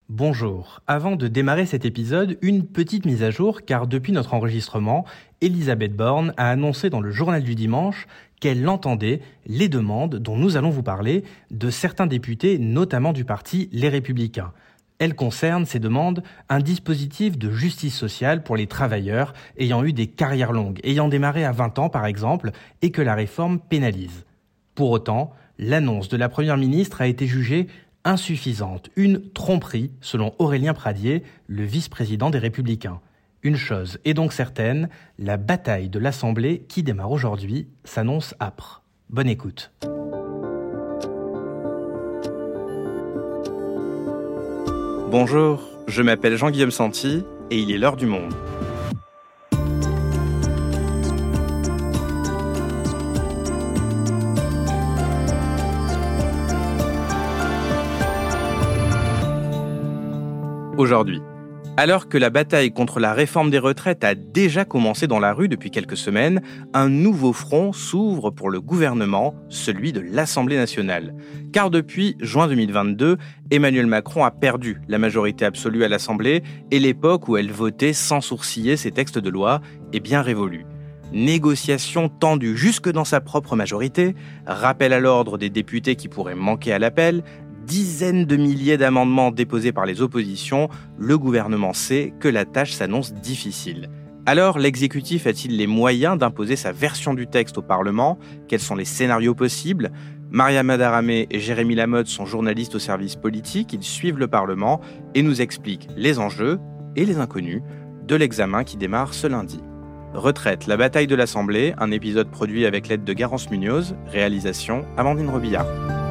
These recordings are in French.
Bonjour. Avant de démarrer cet épisode, une petite mise à jour car depuis notre enregistrement, Elisabeth Borne a annoncé dans le journal du dimanche qu'elle entendait les demandes dont nous allons vous parler de certains députés, notamment du parti Les Républicains. Elle concerne, ces demandes, un dispositif de justice sociale pour les travailleurs ayant eu des carrières longues, ayant démarré à 20 ans par exemple, et que la réforme pénalise. Pour autant, l'annonce de la Première ministre a été jugée insuffisante, une tromperie, selon Aurélien Pradier, le vice-président des Républicains. Une chose est donc certaine, la bataille de l'Assemblée, qui démarre aujourd'hui, s'annonce âpre. Bonne écoute. Bonjour, je m'appelle Jean-Guillaume Santi et il est l'heure du monde. Aujourd'hui, alors que la bataille contre la réforme des retraites a déjà commencé dans la rue depuis quelques semaines, un nouveau front s'ouvre pour le gouvernement, celui de l'Assemblée nationale. Car depuis juin 2022, Emmanuel Macron a perdu la majorité absolue à l'Assemblée et l'époque où elle votait sans sourciller ses textes de loi est bien révolue. Négociation tendue jusque dans sa propre majorité, rappel à l'ordre des députés qui pourraient manquer à l'appel, dizaines de milliers d'amendements déposés par les oppositions, le gouvernement sait que la tâche s'annonce difficile. Alors, l'exécutif a-t-il les moyens d'imposer sa version du texte au Parlement ? Quels sont les scénarios possibles ? Mariam Adaramé et Jérémy Lamotte sont journalistes au service politique, ils suivent le Parlement et nous expliquent les enjeux et les inconnus de l'examen qui démarre ce lundi. Retraite, la bataille de l'Assemblée, un épisode produit avec l'aide de Garance Munoz, réalisation Amandine Robillard.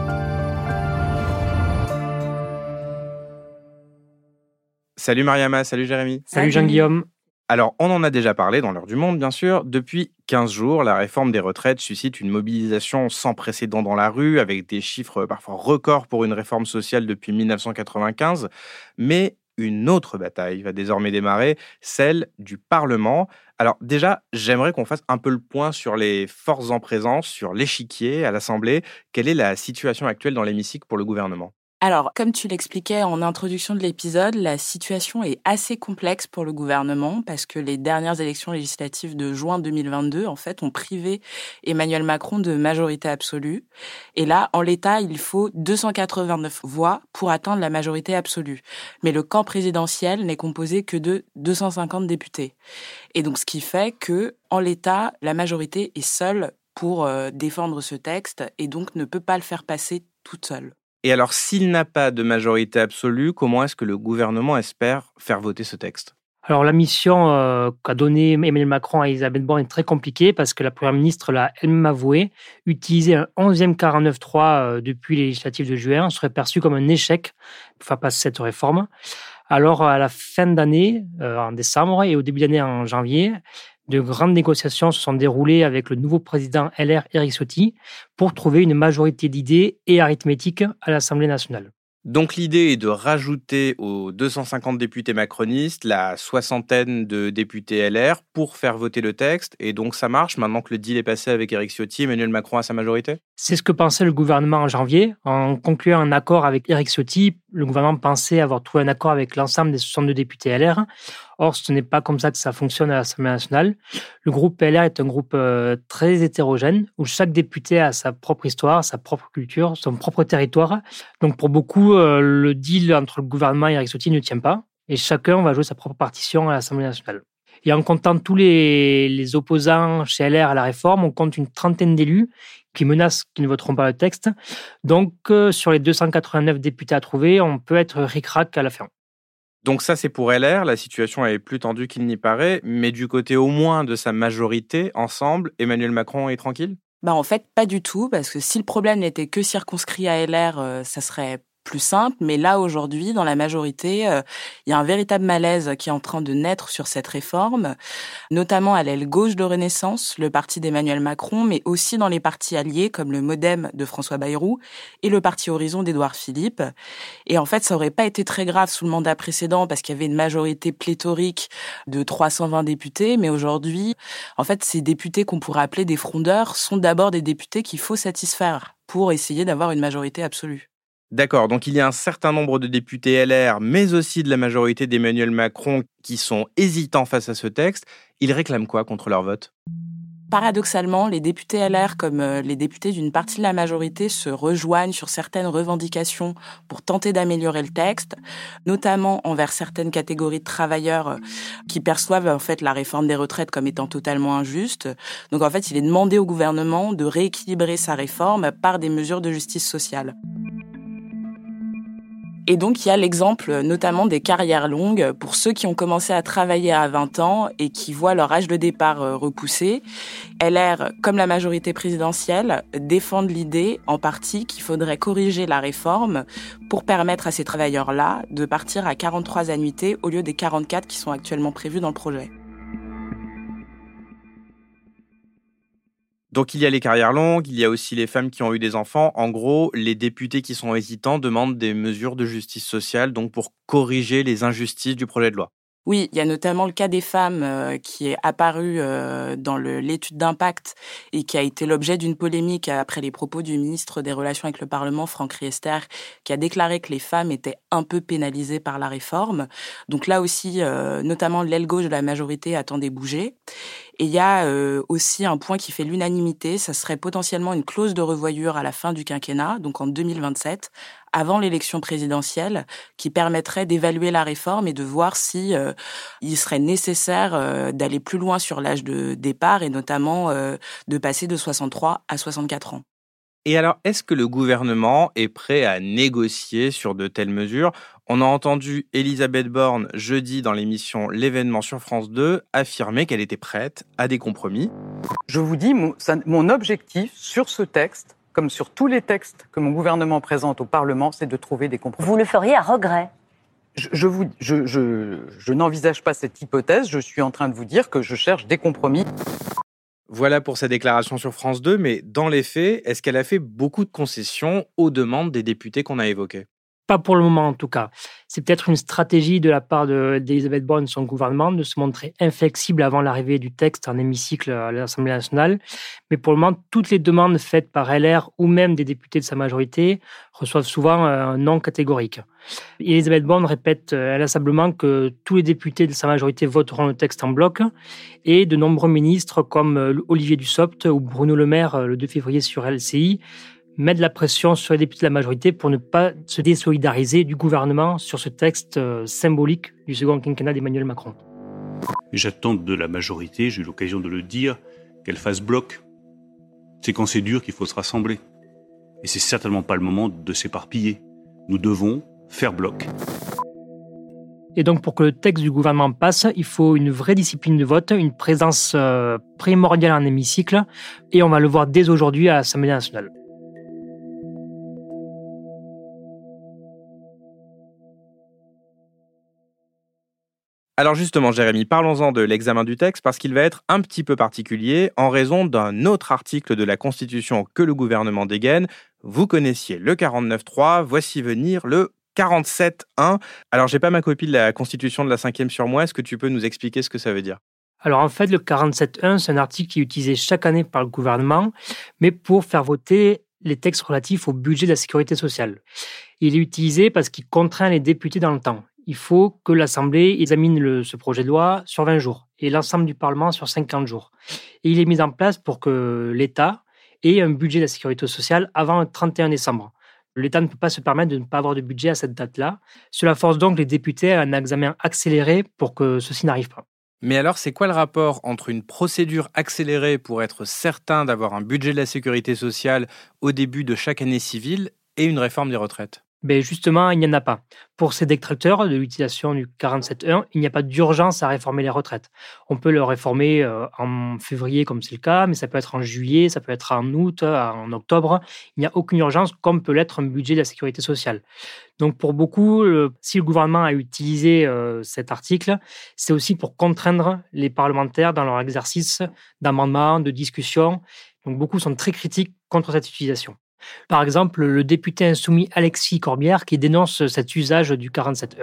Salut Mariama, salut Jérémy. Salut Jean-Guillaume. Alors, on en a déjà parlé dans l'heure du monde, bien sûr. Depuis 15 jours, la réforme des retraites suscite une mobilisation sans précédent dans la rue, avec des chiffres parfois records pour une réforme sociale depuis 1995. Mais une autre bataille va désormais démarrer, celle du Parlement. Alors déjà, j'aimerais qu'on fasse un peu le point sur les forces en présence, sur l'échiquier à l'Assemblée. Quelle est la situation actuelle dans l'hémicycle pour le gouvernement ? Alors, comme tu l'expliquais en introduction de l'épisode, la situation est assez complexe pour le gouvernement parce que les dernières élections législatives de juin 2022, en fait, ont privé Emmanuel Macron de majorité absolue. Et là, en l'état, il faut 289 voix pour atteindre la majorité absolue. Mais le camp présidentiel n'est composé que de 250 députés. Et donc, ce qui fait que, en l'état, la majorité est seule pour défendre ce texte et donc ne peut pas le faire passer toute seule. Et alors, s'il n'a pas de majorité absolue, comment est-ce que le gouvernement espère faire voter ce texte ? Alors, la mission qu'a donnée Emmanuel Macron à Elisabeth Borne est très compliquée parce que la Première ministre l'a elle-même avoué. Utiliser un 11e 49.3 depuis les législatives de juin serait perçu comme un échec pour faire passer cette réforme. Alors, à la fin d'année, en décembre, et au début d'année, en janvier, de grandes négociations se sont déroulées avec le nouveau président LR, Éric Ciotti, pour trouver une majorité d'idées et arithmétique à l'Assemblée nationale. Donc l'idée est de rajouter aux 250 députés macronistes la soixantaine de députés LR pour faire voter le texte. Et donc ça marche maintenant que le deal est passé avec Éric Ciotti, Emmanuel Macron a sa majorité ? C'est ce que pensait le gouvernement en janvier. En concluant un accord avec Éric Ciotti, le gouvernement pensait avoir trouvé un accord avec l'ensemble des 62 députés LR. Or, ce n'est pas comme ça que ça fonctionne à l'Assemblée nationale. Le groupe LR est un groupe très hétérogène, où chaque député a sa propre histoire, sa propre culture, son propre territoire. Donc, pour beaucoup, le deal entre le gouvernement et Éric Ciotti ne tient pas. Et chacun va jouer sa propre partition à l'Assemblée nationale. Et en comptant tous les opposants chez LR à la réforme, on compte une trentaine d'élus qui menacent qu'ils ne voteront pas le texte. Donc, sur les 289 députés à trouver, on peut être ric-rac à la fin. Donc ça, c'est pour LR, la situation est plus tendue qu'il n'y paraît, mais du côté au moins de sa majorité, ensemble, Emmanuel Macron est tranquille ? En fait, pas du tout, parce que si le problème n'était que circonscrit à LR, ça serait plus simple, mais là aujourd'hui, dans la majorité, il y a un véritable malaise qui est en train de naître sur cette réforme, notamment à l'aile gauche de Renaissance, le parti d'Emmanuel Macron, mais aussi dans les partis alliés comme le MoDem de François Bayrou et le parti Horizon d'Édouard Philippe. Et en fait, ça aurait pas été très grave sous le mandat précédent parce qu'il y avait une majorité pléthorique de 320 députés, mais aujourd'hui, en fait, ces députés qu'on pourrait appeler des frondeurs sont d'abord des députés qu'il faut satisfaire pour essayer d'avoir une majorité absolue. D'accord, donc il y a un certain nombre de députés LR, mais aussi de la majorité d'Emmanuel Macron qui sont hésitants face à ce texte. Ils réclament quoi contre leur vote ? Paradoxalement, les députés LR comme les députés d'une partie de la majorité se rejoignent sur certaines revendications pour tenter d'améliorer le texte, notamment envers certaines catégories de travailleurs qui perçoivent en fait la réforme des retraites comme étant totalement injuste. Donc en fait, il est demandé au gouvernement de rééquilibrer sa réforme par des mesures de justice sociale. Et donc, il y a l'exemple notamment des carrières longues pour ceux qui ont commencé à travailler à 20 ans et qui voient leur âge de départ repoussé. LR, comme la majorité présidentielle, défendent l'idée, en partie, qu'il faudrait corriger la réforme pour permettre à ces travailleurs-là de partir à 43 annuités au lieu des 44 qui sont actuellement prévues dans le projet. Donc il y a les carrières longues, il y a aussi les femmes qui ont eu des enfants. En gros, les députés qui sont hésitants demandent des mesures de justice sociale donc pour corriger les injustices du projet de loi. Oui, il y a notamment le cas des femmes qui est apparu dans l'étude d'impact et qui a été l'objet d'une polémique après les propos du ministre des Relations avec le Parlement, Franck Riester, qui a déclaré que les femmes étaient un peu pénalisées par la réforme. Donc là aussi, notamment l'aile gauche de la majorité attendait bouger. Et il y a aussi un point qui fait l'unanimité, ça serait potentiellement une clause de revoyure à la fin du quinquennat, donc en 2027, avant l'élection présidentielle, qui permettrait d'évaluer la réforme et de voir si il serait nécessaire d'aller plus loin sur l'âge de départ et notamment de passer de 63 à 64 ans. Et alors, est-ce que le gouvernement est prêt à négocier sur de telles mesures ? On a entendu Elisabeth Borne jeudi dans l'émission L'événement sur France 2 affirmer qu'elle était prête à des compromis. Je vous dis, mon objectif sur ce texte, comme sur tous les textes que mon gouvernement présente au Parlement, c'est de trouver des compromis. Vous le feriez à regret ? Je n'envisage pas cette hypothèse, je suis en train de vous dire que je cherche des compromis. Voilà pour sa déclaration sur France 2, mais dans les faits, est-ce qu'elle a fait beaucoup de concessions aux demandes des députés qu'on a évoquées ? Pas pour le moment en tout cas. C'est peut-être une stratégie de la part d'Elisabeth Borne et de son gouvernement de se montrer inflexible avant l'arrivée du texte en hémicycle à l'Assemblée nationale. Mais pour le moment, toutes les demandes faites par LR ou même des députés de sa majorité reçoivent souvent un non catégorique. Elisabeth Borne répète inlassablement que tous les députés de sa majorité voteront le texte en bloc et de nombreux ministres comme Olivier Dussopt ou Bruno Le Maire le 2 février sur LCI mettre la pression sur les députés de la majorité pour ne pas se désolidariser du gouvernement sur ce texte symbolique du second quinquennat d'Emmanuel Macron. J'attends de la majorité, j'ai eu l'occasion de le dire, qu'elle fasse bloc. C'est quand c'est dur qu'il faut se rassembler. Et c'est certainement pas le moment de s'éparpiller. Nous devons faire bloc. Et donc, pour que le texte du gouvernement passe, il faut une vraie discipline de vote, une présence primordiale en hémicycle, et on va le voir dès aujourd'hui à l'Assemblée nationale. Alors justement, Jérémy, parlons-en de l'examen du texte parce qu'il va être un petit peu particulier en raison d'un autre article de la Constitution que le gouvernement dégaine. Vous connaissiez le 49.3, voici venir le 47.1. Alors, j'ai pas ma copie de la Constitution de la 5e sur moi, est-ce que tu peux nous expliquer ce que ça veut dire ? Alors en fait, le 47.1, c'est un article qui est utilisé chaque année par le gouvernement, mais pour faire voter les textes relatifs au budget de la sécurité sociale. Il est utilisé parce qu'il contraint les députés dans le temps. Il faut que l'Assemblée examine ce projet de loi sur 20 jours et l'ensemble du Parlement sur 50 jours. Et il est mis en place pour que l'État ait un budget de la sécurité sociale avant le 31 décembre. L'État ne peut pas se permettre de ne pas avoir de budget à cette date-là. Cela force donc les députés à un examen accéléré pour que ceci n'arrive pas. Mais alors, c'est quoi le rapport entre une procédure accélérée pour être certain d'avoir un budget de la sécurité sociale au début de chaque année civile et une réforme des retraites ? Ben justement, il n'y en a pas. Pour ces détracteurs de l'utilisation du 47.1, il n'y a pas d'urgence à réformer les retraites. On peut le réformer en février, comme c'est le cas, mais ça peut être en juillet, ça peut être en août, en octobre. Il n'y a aucune urgence, comme peut l'être un budget de la sécurité sociale. Donc pour beaucoup, si le gouvernement a utilisé cet article, c'est aussi pour contraindre les parlementaires dans leur exercice d'amendement, de discussion. Donc beaucoup sont très critiques contre cette utilisation. Par exemple, le député insoumis Alexis Corbière qui dénonce cet usage du 47.1.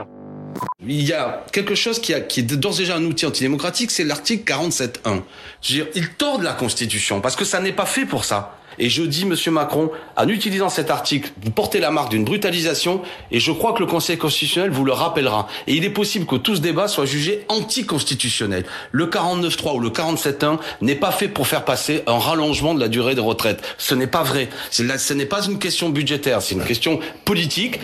Il y a quelque chose qui est d'ores et déjà un outil antidémocratique, c'est l'article 47.1. Je veux dire, ils tordent la Constitution parce que ça n'est pas fait pour ça. Et je dis, Monsieur Macron, en utilisant cet article, vous portez la marque d'une brutalisation et je crois que le Conseil constitutionnel vous le rappellera. Et il est possible que tout ce débat soit jugé anticonstitutionnel. Le 49.3 ou le 47.1 n'est pas fait pour faire passer un rallongement de la durée des retraites. Ce n'est pas vrai. Ce n'est pas une question budgétaire, c'est une question politique.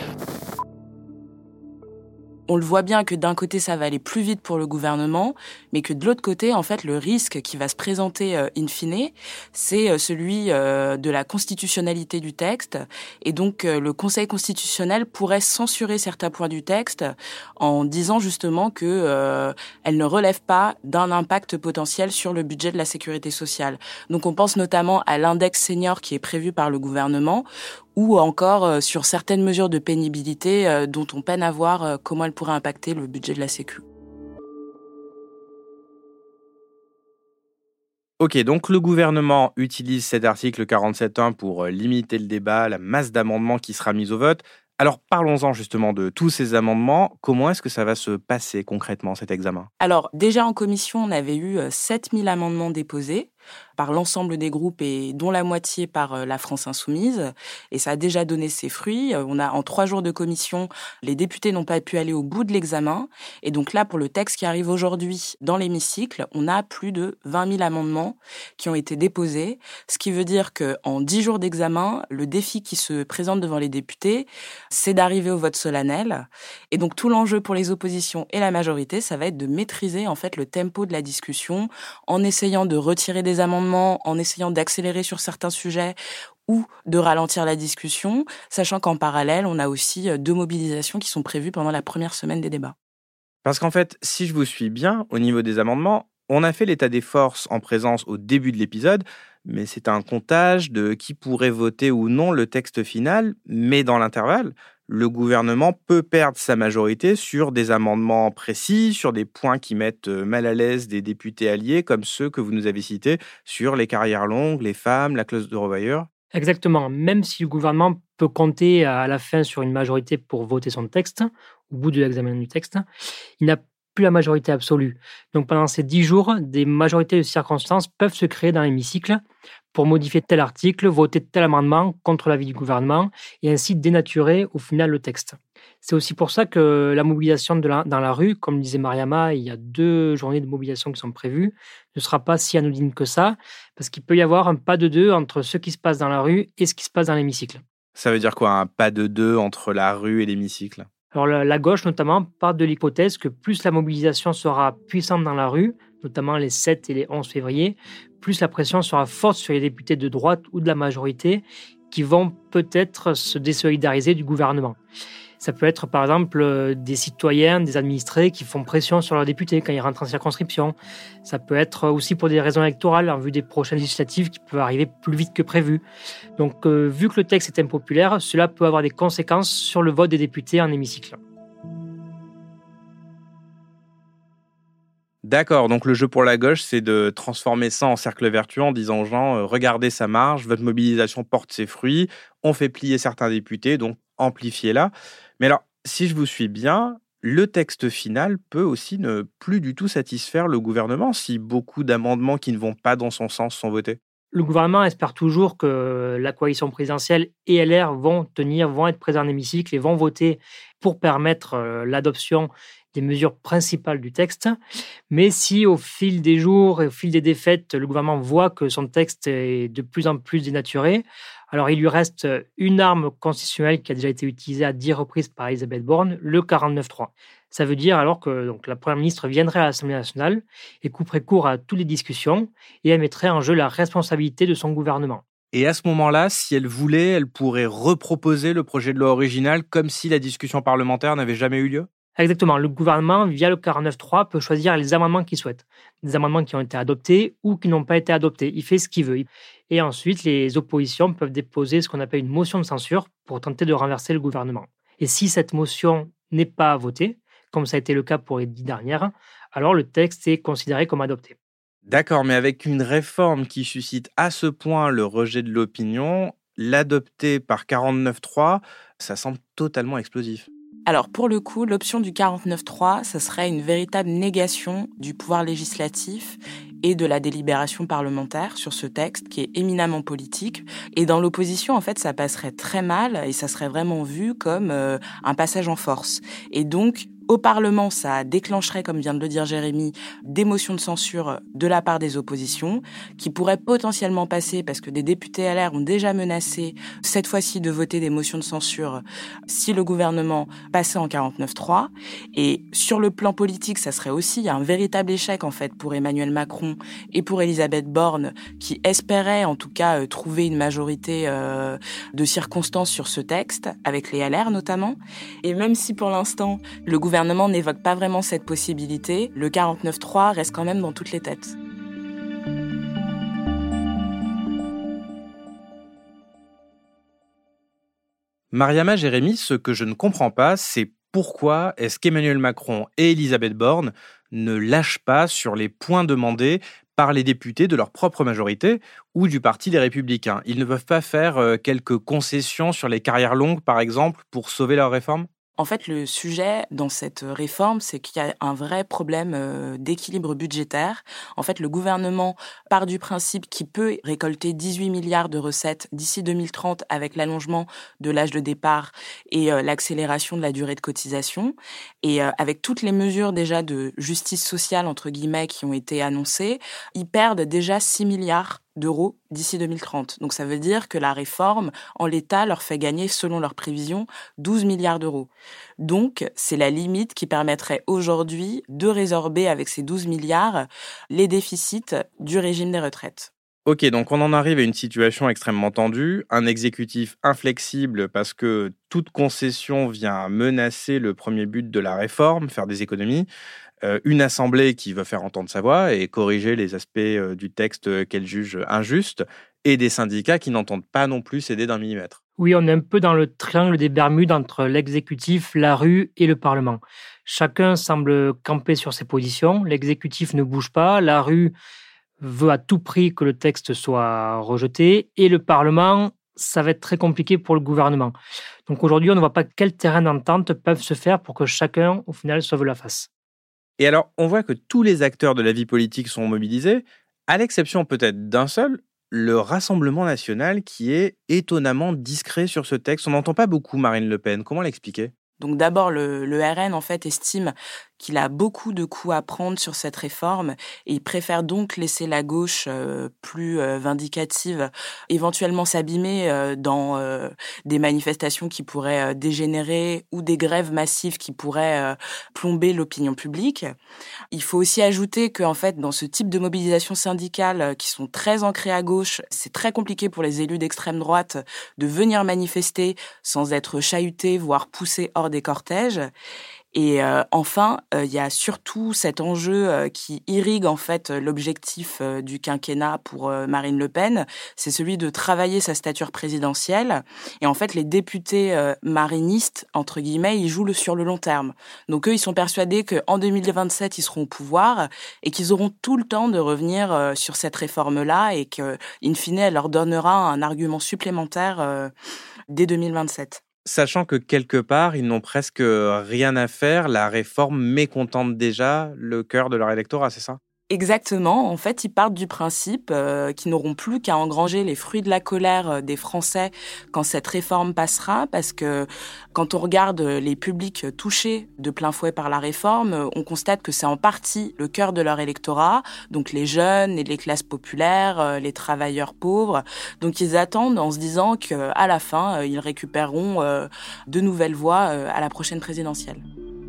On le voit bien que d'un côté, ça va aller plus vite pour le gouvernement, mais que de l'autre côté, en fait, le risque qui va se présenter in fine, c'est celui de la constitutionnalité du texte. Et donc, le Conseil constitutionnel pourrait censurer certains points du texte en disant justement que elle ne relève pas d'un impact potentiel sur le budget de la sécurité sociale. Donc, on pense notamment à l'index senior qui est prévu par le gouvernement, ou encore sur certaines mesures de pénibilité dont on peine à voir comment elles pourraient impacter le budget de la Sécu. Ok, donc le gouvernement utilise cet article 47.1 pour limiter le débat, la masse d'amendements qui sera mise au vote. Alors parlons-en justement de tous ces amendements. Comment est-ce que ça va se passer concrètement, cet examen ? Alors déjà en commission, on avait eu 7000 amendements déposés par l'ensemble des groupes et dont la moitié par la France Insoumise. Et ça a déjà donné ses fruits. En 3 jours de commission, les députés n'ont pas pu aller au bout de l'examen. Et donc là, pour le texte qui arrive aujourd'hui dans l'hémicycle, on a plus de 20 000 amendements qui ont été déposés. Ce qui veut dire qu'en 10 jours d'examen, le défi qui se présente devant les députés, c'est d'arriver au vote solennel. Et donc tout l'enjeu pour les oppositions et la majorité, ça va être de maîtriser en fait le tempo de la discussion en essayant de retirer des amendements, en essayant d'accélérer sur certains sujets ou de ralentir la discussion, sachant qu'en parallèle, on a aussi 2 mobilisations qui sont prévues pendant la première semaine des débats. Parce qu'en fait, si je vous suis bien, au niveau des amendements, on a fait l'état des forces en présence au début de l'épisode, mais c'est un comptage de qui pourrait voter ou non le texte final, mais dans l'intervalle, le gouvernement peut perdre sa majorité sur des amendements précis, sur des points qui mettent mal à l'aise des députés alliés, comme ceux que vous nous avez cités sur les carrières longues, les femmes, la clause de revoyure. Exactement. Même si le gouvernement peut compter à la fin sur une majorité pour voter son texte, au bout de l'examen du texte, il n'a plus la majorité absolue. Donc pendant ces 10 jours, des majorités de circonstances peuvent se créer dans l'hémicycle pour modifier tel article, voter tel amendement contre l'avis du gouvernement et ainsi dénaturer au final le texte. C'est aussi pour ça que la mobilisation dans la rue, comme disait Mariama, il y a 2 journées de mobilisation qui sont prévues, ne sera pas si anodine que ça, parce qu'il peut y avoir un pas de 2 entre ce qui se passe dans la rue et ce qui se passe dans l'hémicycle. Ça veut dire quoi, un pas de 2 entre la rue et l'hémicycle ? Alors la gauche notamment part de l'hypothèse que plus la mobilisation sera puissante dans la rue, notamment les 7 et les 11 février, plus la pression sera forte sur les députés de droite ou de la majorité qui vont peut-être se désolidariser du gouvernement. Ça peut être par exemple des citoyens, des administrés qui font pression sur leurs députés quand ils rentrent en circonscription. Ça peut être aussi pour des raisons électorales en vue des prochaines législatives qui peuvent arriver plus vite que prévu. Donc vu que le texte est impopulaire, cela peut avoir des conséquences sur le vote des députés en hémicycle. D'accord, donc le jeu pour la gauche, c'est de transformer ça en cercle vertueux en disant aux gens regardez, ça marche, votre mobilisation porte ses fruits, on fait plier certains députés, donc amplifiez-la. Mais alors, si je vous suis bien, le texte final peut aussi ne plus du tout satisfaire le gouvernement si beaucoup d'amendements qui ne vont pas dans son sens sont votés. Le gouvernement espère toujours que la coalition présidentielle et LR vont être présents en hémicycle et vont voter pour permettre l'adoption des mesures principales du texte. Mais si au fil des jours et au fil des défaites, le gouvernement voit que son texte est de plus en plus dénaturé, alors il lui reste une arme constitutionnelle qui a déjà été utilisée à 10 reprises par Elisabeth Borne, le 49.3. Ça veut dire alors que la Première ministre viendrait à l'Assemblée nationale et couperait court à toutes les discussions et elle mettrait en jeu la responsabilité de son gouvernement. Et à ce moment-là, si elle voulait, elle pourrait reproposer le projet de loi original comme si la discussion parlementaire n'avait jamais eu lieu ? Exactement. Le gouvernement, via le 49.3, peut choisir les amendements qu'il souhaite. Des amendements qui ont été adoptés ou qui n'ont pas été adoptés. Il fait ce qu'il veut. Et ensuite, les oppositions peuvent déposer ce qu'on appelle une motion de censure pour tenter de renverser le gouvernement. Et si cette motion n'est pas votée, comme ça a été le cas pour les 10 dernières, alors le texte est considéré comme adopté. D'accord, mais avec une réforme qui suscite à ce point le rejet de l'opinion, l'adopter par 49.3, ça semble totalement explosif. Alors pour le coup, l'option du 49.3, ça serait une véritable négation du pouvoir législatif et de la délibération parlementaire sur ce texte qui est éminemment politique. Et dans l'opposition, en fait, ça passerait très mal et ça serait vraiment vu comme un passage en force. Et donc, au Parlement, ça déclencherait, comme vient de le dire Jérémy, des motions de censure de la part des oppositions qui pourraient potentiellement passer parce que des députés LR ont déjà menacé cette fois-ci de voter des motions de censure si le gouvernement passait en 49.3. Et sur le plan politique, ça serait aussi un véritable échec en fait pour Emmanuel Macron et pour Elisabeth Borne qui espéraient en tout cas trouver une majorité de circonstances sur ce texte, avec les LR notamment. Et même si pour l'instant, le gouvernement n'évoque pas vraiment cette possibilité, le 49.3 reste quand même dans toutes les têtes. Mariama, Jérémy, ce que je ne comprends pas, c'est pourquoi est-ce qu'Emmanuel Macron et Elisabeth Borne ne lâchent pas sur les points demandés par les députés de leur propre majorité ou du Parti des Républicains. Ils ne peuvent pas faire quelques concessions sur les carrières longues, par exemple, pour sauver leur réforme ? En fait, le sujet dans cette réforme, c'est qu'il y a un vrai problème d'équilibre budgétaire. En fait, le gouvernement part du principe qu'il peut récolter 18 milliards de recettes d'ici 2030 avec l'allongement de l'âge de départ et l'accélération de la durée de cotisation. Et avec toutes les mesures déjà de justice sociale, entre guillemets, qui ont été annoncées, ils perdent déjà 6 milliards d'euros d'ici 2030. Donc ça veut dire que la réforme, en l'état, leur fait gagner, selon leurs prévisions, 12 milliards d'euros. Donc c'est la limite qui permettrait aujourd'hui de résorber avec ces 12 milliards les déficits du régime des retraites. Ok, donc on en arrive à une situation extrêmement tendue, un exécutif inflexible parce que toute concession vient menacer le premier but de la réforme, faire des économies, une assemblée qui veut faire entendre sa voix et corriger les aspects du texte qu'elle juge injustes, et des syndicats qui n'entendent pas non plus céder d'un millimètre. Oui, on est un peu dans le triangle des Bermudes entre l'exécutif, la rue et le Parlement. Chacun semble camper sur ses positions, l'exécutif ne bouge pas, la rue veut à tout prix que le texte soit rejeté, et le Parlement, ça va être très compliqué pour le gouvernement. Donc aujourd'hui, on ne voit pas quel terrain d'entente peuvent se faire pour que chacun, au final, sauve la face. Et alors, on voit que tous les acteurs de la vie politique sont mobilisés, à l'exception peut-être d'un seul, le Rassemblement national, qui est étonnamment discret sur ce texte. On n'entend pas beaucoup Marine Le Pen. Comment l'expliquer ? Donc d'abord, le RN en fait estime qu'il a beaucoup de coups à prendre sur cette réforme et il préfère donc laisser la gauche plus vindicative éventuellement s'abîmer dans des manifestations qui pourraient dégénérer ou des grèves massives qui pourraient plomber l'opinion publique. Il faut aussi ajouter qu'en fait, dans ce type de mobilisation syndicale qui sont très ancrées à gauche, c'est très compliqué pour les élus d'extrême droite de venir manifester sans être chahutés, voire poussés hors des cortèges. Et enfin, il y a surtout cet enjeu qui irrigue en fait l'objectif du quinquennat pour Marine Le Pen, c'est celui de travailler sa stature présidentielle. Et en fait, les députés marinistes, entre guillemets, ils jouent sur le long terme. Donc eux, ils sont persuadés qu'en 2027, ils seront au pouvoir et qu'ils auront tout le temps de revenir sur cette réforme-là et qu'in fine, elle leur donnera un argument supplémentaire dès 2027. Sachant que quelque part, ils n'ont presque rien à faire, la réforme mécontente déjà le cœur de leur électorat, c'est ça ? Exactement. En fait, ils partent du principe qu'ils n'auront plus qu'à engranger les fruits de la colère des Français quand cette réforme passera, parce que quand on regarde les publics touchés de plein fouet par la réforme, on constate que c'est en partie le cœur de leur électorat, donc les jeunes et les classes populaires, les travailleurs pauvres. Donc ils attendent en se disant qu'à la fin, ils récupéreront de nouvelles voix à la prochaine présidentielle.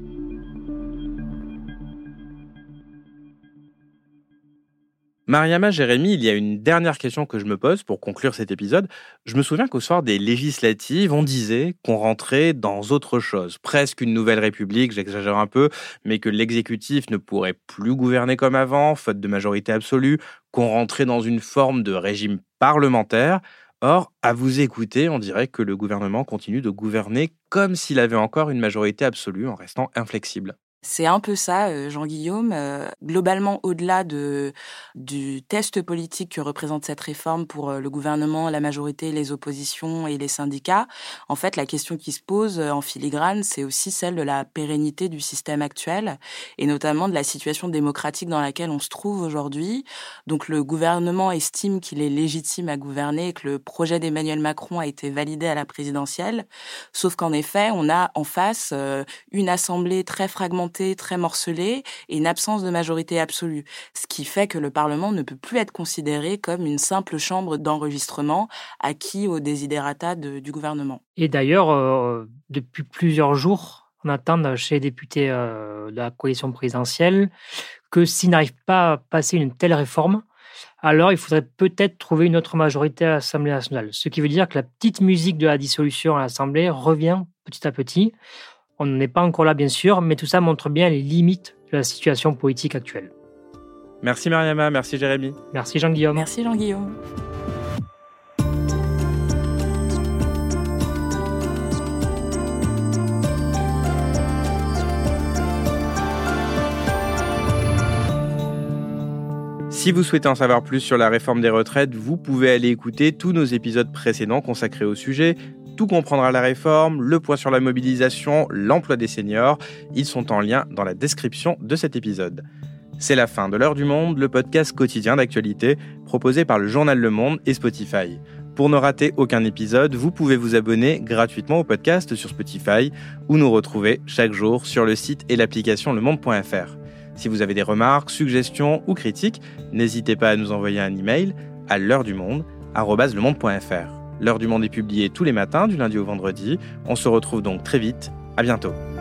Mariama, Jérémy, il y a une dernière question que je me pose pour conclure cet épisode. Je me souviens qu'au soir des législatives, on disait qu'on rentrait dans autre chose, presque une nouvelle république, j'exagère un peu, mais que l'exécutif ne pourrait plus gouverner comme avant, faute de majorité absolue, qu'on rentrait dans une forme de régime parlementaire. Or, à vous écouter, on dirait que le gouvernement continue de gouverner comme s'il avait encore une majorité absolue en restant inflexible. C'est un peu ça, Jean-Guillaume. Globalement, au-delà du test politique que représente cette réforme pour le gouvernement, la majorité, les oppositions et les syndicats, en fait, la question qui se pose en filigrane, c'est aussi celle de la pérennité du système actuel et notamment de la situation démocratique dans laquelle on se trouve aujourd'hui. Donc, le gouvernement estime qu'il est légitime à gouverner et que le projet d'Emmanuel Macron a été validé à la présidentielle. Sauf qu'en effet, on a en face une assemblée très fragmentée, très morcelée et une absence de majorité absolue. Ce qui fait que le Parlement ne peut plus être considéré comme une simple chambre d'enregistrement acquis aux desiderata du gouvernement. Et d'ailleurs, depuis plusieurs jours, on attend chez les députés de la coalition présidentielle que s'ils n'arrivent pas à passer une telle réforme, alors il faudrait peut-être trouver une autre majorité à l'Assemblée nationale. Ce qui veut dire que la petite musique de la dissolution à l'Assemblée revient petit à petit. On n'en est pas encore là, bien sûr, mais tout ça montre bien les limites de la situation politique actuelle. Merci Mariama, merci Jérémy. Merci Jean-Guillaume. Merci Jean-Guillaume. Si vous souhaitez en savoir plus sur la réforme des retraites, vous pouvez aller écouter tous nos épisodes précédents consacrés au sujet. Tout comprendre à la réforme, le point sur la mobilisation, l'emploi des seniors, ils sont en lien dans la description de cet épisode. C'est la fin de l'Heure du Monde, le podcast quotidien d'actualité proposé par le journal Le Monde et Spotify. Pour ne rater aucun épisode, vous pouvez vous abonner gratuitement au podcast sur Spotify ou nous retrouver chaque jour sur le site et l'application lemonde.fr. Si vous avez des remarques, suggestions ou critiques, n'hésitez pas à nous envoyer un email à l'heuredumonde@lemonde.fr. L'Heure du Monde est publiée tous les matins du lundi au vendredi. On se retrouve donc très vite. À bientôt.